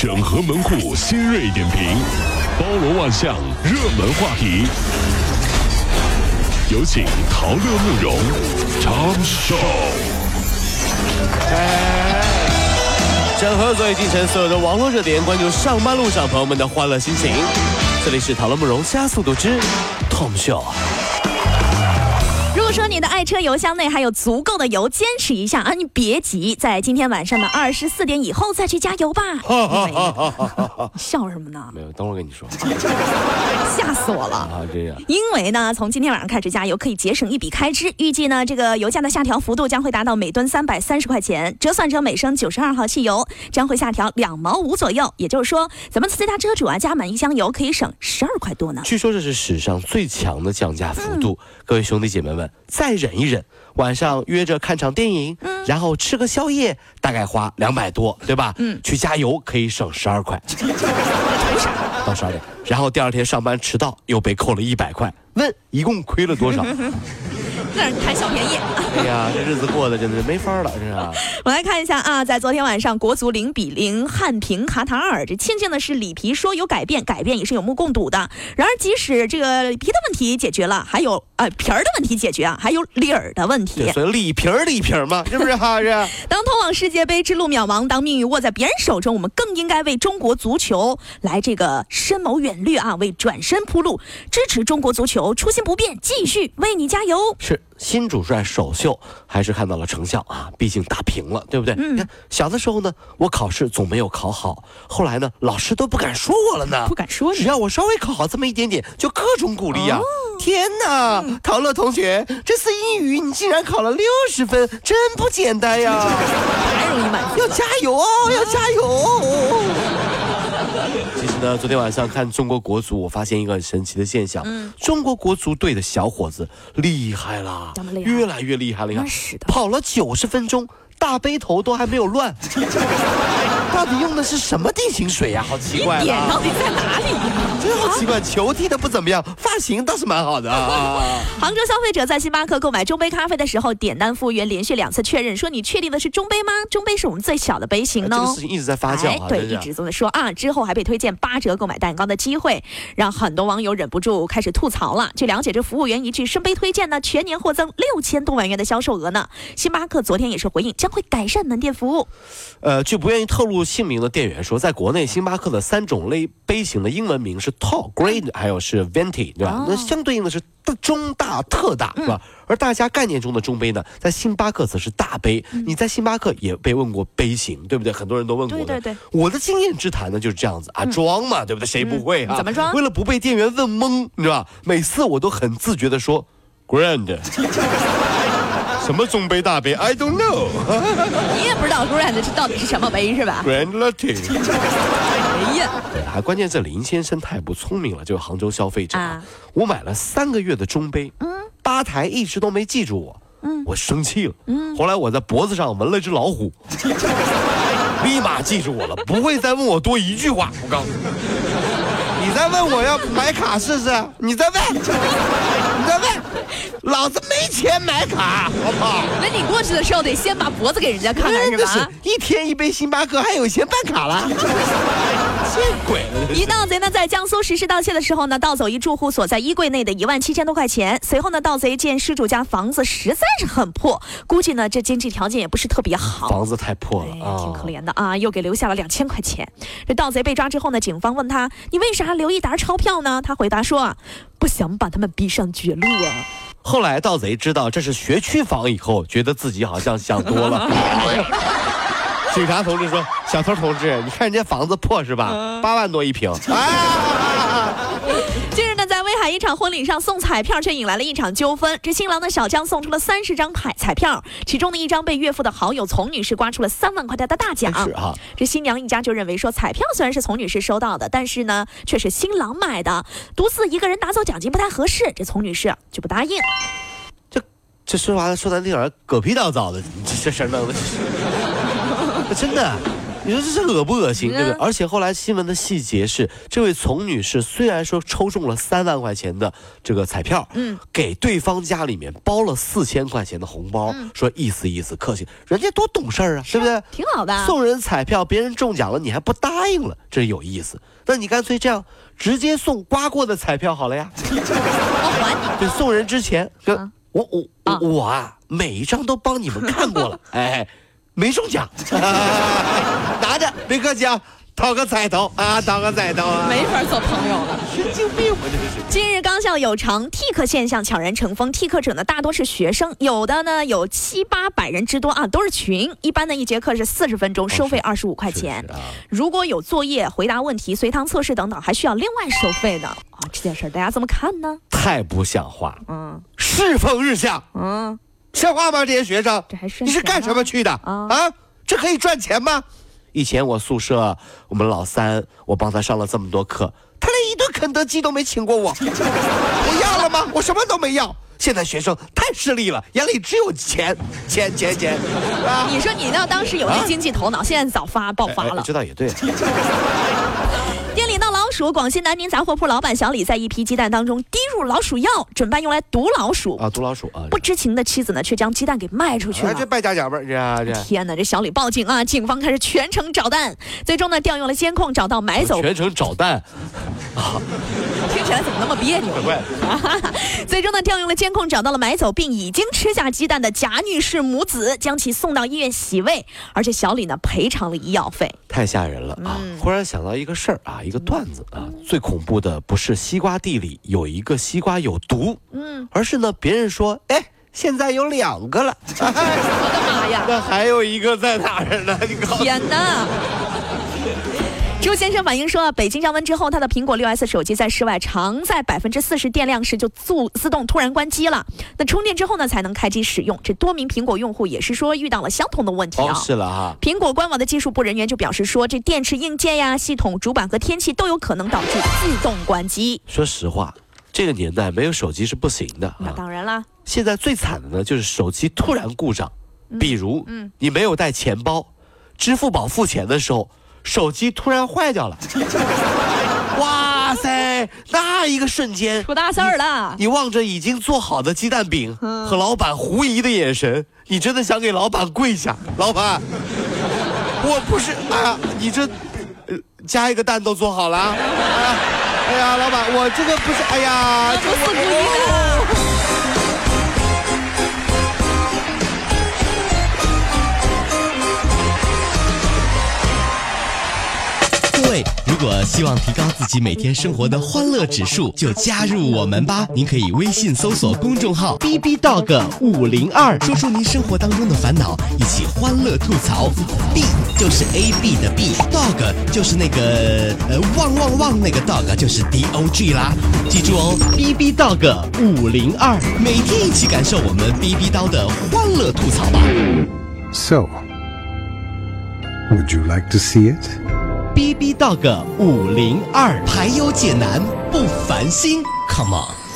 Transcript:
整合门户新锐点评，包罗万象，热门话题。有请陶乐慕容长寿。 整合最近城所有的网络热点，关注上班路上朋友们的欢乐心情。这里是陶乐慕容加速度之 Tom Show。 如果说你的爱车油箱内还有足够的油，坚持一下啊！你别急，在今天晚上的24点以后再去加油吧。笑什么呢？ 没有，等会儿跟你说。 吓死我了啊！这样， 因为呢，从今天晚上开始加油可以节省一笔开支，预计呢这个油价的下调幅度将会达到每吨330块钱，折算成每升92号汽油将会下调2毛5左右。也就是说，咱们私家车主啊，加满一箱油可以省12块多呢。 据说这是史上最强的降价幅度。各位兄弟姐妹们，再忍一忍，晚上约着看场电影，然后吃个宵夜，大概花200多，对吧？去加油可以省12块。到12点，然后第二天上班迟到又被扣了100块，问一共亏了多少？ 让人贪小便宜。 哎呀，这日子过得真的是没法了，这是。 我来看一下啊，在昨天晚上，国足0-0憾平卡塔尔。这庆幸的是，里皮说有改变，改变也是有目共睹的。然而，即使这个皮的问题解决了，还有皮儿的问题解决啊，还有理儿的问题。 所以里皮嘛，是不是哈？是。 当通往世界杯之路渺茫，当命运握在别人手中，我们更应该为中国足球来这个深谋远虑啊，为转身铺路，支持中国足球初心不变，继续为你加油。 是。新主帅首秀还是看到了成效啊，毕竟打平了，对不对？你看小的时候呢，我考试总没有考好，后来呢，老师都不敢说我了呢， 不敢说你， 只要我稍微考好这么一点点，就各种鼓励啊。天哪，陶乐同学，这次英语你竟然考了60分，真不简单呀！ 太容易满足， 要加油哦，要加油哦！其实呢，昨天晚上看中国国足，我发现一个很神奇的现象，中国国足队的小伙子厉害啦，越来越厉害了。跑了90分钟，大背头都还没有乱。到底用的是什么定型水呀？好奇怪！ 点到底在哪里呀？ 真好奇怪，球踢的不怎么样，发型倒是蛮好的啊。 杭州消费者在星巴克购买中杯咖啡的时候，点单服务员连续2次确认说：“你确定的是中杯吗？中杯是我们最小的杯型呢。” 这个事情一直在发酵啊， 对，一直这么说啊。之后还被推荐8折购买蛋糕的机会，让很多网友忍不住开始吐槽了。据了解，这服务员一句深杯推荐呢，全年获增6000多万元的销售额呢。星巴克昨天也是回应，将会改善门店服务。 据不愿意透露姓名的店员说，在国内星巴克的3种类杯型的英文名是 Tall、Grade， 还有是 Venti， 对吧？那相对应的是中大、特大，对吧？而大家概念中的中杯呢，在星巴克则是大杯。你在星巴克也被问过杯型，对不对？很多人都问过的。 对。 我的经验之谈呢就是这样子啊，装嘛，对不对？谁不会啊？ 怎么装？ 为了不被店员问懵，你知道吧？每次我都很自觉的说 Grand。什么中杯大杯 I don't know。 你也不知道 Grand 这到底是什么杯是吧？ Grand Latte。 哎呀， 对，还关键这林先生太不聪明了，这个杭州消费者我买了3个月的中杯，吧台一直都没记住我，我生气了，后来我在脖子上纹了只老虎，立马记住我了，不会再问我多一句话。我告诉你，你再问我要买卡试试，你再问，老子没钱买卡，好不好？ 那你过去的时候得先把脖子给人家看看是吧？ 一天一杯星巴克，还有钱办卡了。见鬼了！ 一盗贼呢，在江苏实施盗窃的时候呢，盗走一住户所在衣柜内的17000多块钱。随后呢，盗贼见失主家房子实在是很破，估计呢这经济条件也不是特别好， 房子太破了啊， 挺可怜的啊，又给留下了2000块钱。这盗贼被抓之后呢，警方问他：“你为啥留一沓钞票呢？”他回答说：“啊，不想把他们逼上绝路啊。” 后来盗贼知道这是学区房以后，觉得自己好像想多了。警察同志说：“小偷同志，你看人家房子破是吧？8万多一平。” 近日呢，在威海一场婚礼上送彩票，却引来了一场纠纷。这新郎的小江送出了30张彩票，其中的一张被岳父的好友丛女士刮出了3万块的大奖。这新娘一家就认为说，彩票虽然是丛女士收到的，但是呢，却是新郎买的，独自一个人拿走奖金不太合适。这丛女士就不答应。 这说完了，说的那点儿狗屁倒灶的，这事儿弄的，真的。 你说这是恶不恶心，对不对？而且后来新闻的细节是，这位丛女士虽然说抽中了3万块钱的这个彩票，给对方家里面包了4000块钱的红包，说意思意思客气，人家多懂事啊，对不对？ 挺好的。 送人彩票，别人中奖了，你还不答应了，这有意思。那你干脆这样，直接送刮过的彩票好了呀。 我还你。 对，送人之前，我啊，每一张都帮你们看过了，哎。没中奖，拿着别客气啊，讨个彩头啊，讨个彩头啊， 没法做朋友了， 神经病我这是。 近日高校有场替课现象悄然成风，替课者呢大多是学生，有的呢有700-800人之多啊，都是群。一般的一节课是40分钟，收费25块钱。如果有作业、回答问题、随堂测试等等，还需要另外收费的啊。这件事大家怎么看呢？ 太不像话，世风日下，像话吗？这些学生，你是干什么去的啊？这可以赚钱吗？以前我宿舍我们老三，我帮他上了这么多课，他连一顿肯德基都没请过我。我要了吗？我什么都没要。现在学生太势利了，眼里只有钱啊！ 你说你要当时有这经济头脑，现在早爆发了。 这倒也对。 店里闹老鼠，广西南宁杂货铺老板小李在一批鸡蛋当中滴入老鼠药，准备用来毒老鼠啊！毒老鼠啊！ 不知情的妻子呢，却将鸡蛋给卖出去了。 这败家娘们儿，这天哪！这小李报警啊！警方开始全程找蛋，最终呢调用了监控找到买走。 全程找蛋啊！听起来怎么那么别扭？最终呢调用了监控找到了买走并已经吃下鸡蛋的贾女士母子，将其送到医院洗胃，而且小李呢赔偿了医药费。 太吓人了啊！忽然想到一个事儿啊，一个段子啊，最恐怖的不是西瓜地里有一个西瓜有毒，而是呢别人说，哎，现在有2个了，我的妈呀， 那还有一个在哪儿呢？你告诉我。 天哪！朱先生反映说，北京降温之后，他的苹果 6S 手机在室外常在40%电量时就自动突然关机了。那充电之后呢，才能开机使用。这多名苹果用户也是说遇到了相同的问题啊。 是了哈。 苹果官网的技术部人员就表示说，这电池硬件呀、系统、主板和天气都有可能导致自动关机。 说实话，这个年代没有手机是不行的。 那当然啦。 现在最惨的呢，就是手机突然故障，比如你没有带钱包，支付宝付钱的时候。手机突然坏掉了，哇塞！那一个瞬间出大事儿了。 你望着已经做好的鸡蛋饼和老板狐疑的眼神，你真的想给老板跪下。老板，我不是啊，你这加一个蛋都做好了啊！哎呀，老板，我这个不是，哎呀， 这不是故意的。 各位，如果希望提高自己每天生活的欢乐指数，就加入我们吧。您可以微信搜索公众号 BBDog502，说出您生活当中的烦恼，一起欢乐吐槽。B 就是 AB 的 B，Dog 就是那个旺那个 Dog 就是 DOG 啦。记住哦 ，BBDog502，每天一起感受我们 BB 刀的欢乐吐槽吧。 So, would you like to see it? BBDog502，排忧解难不烦心 ，Come on。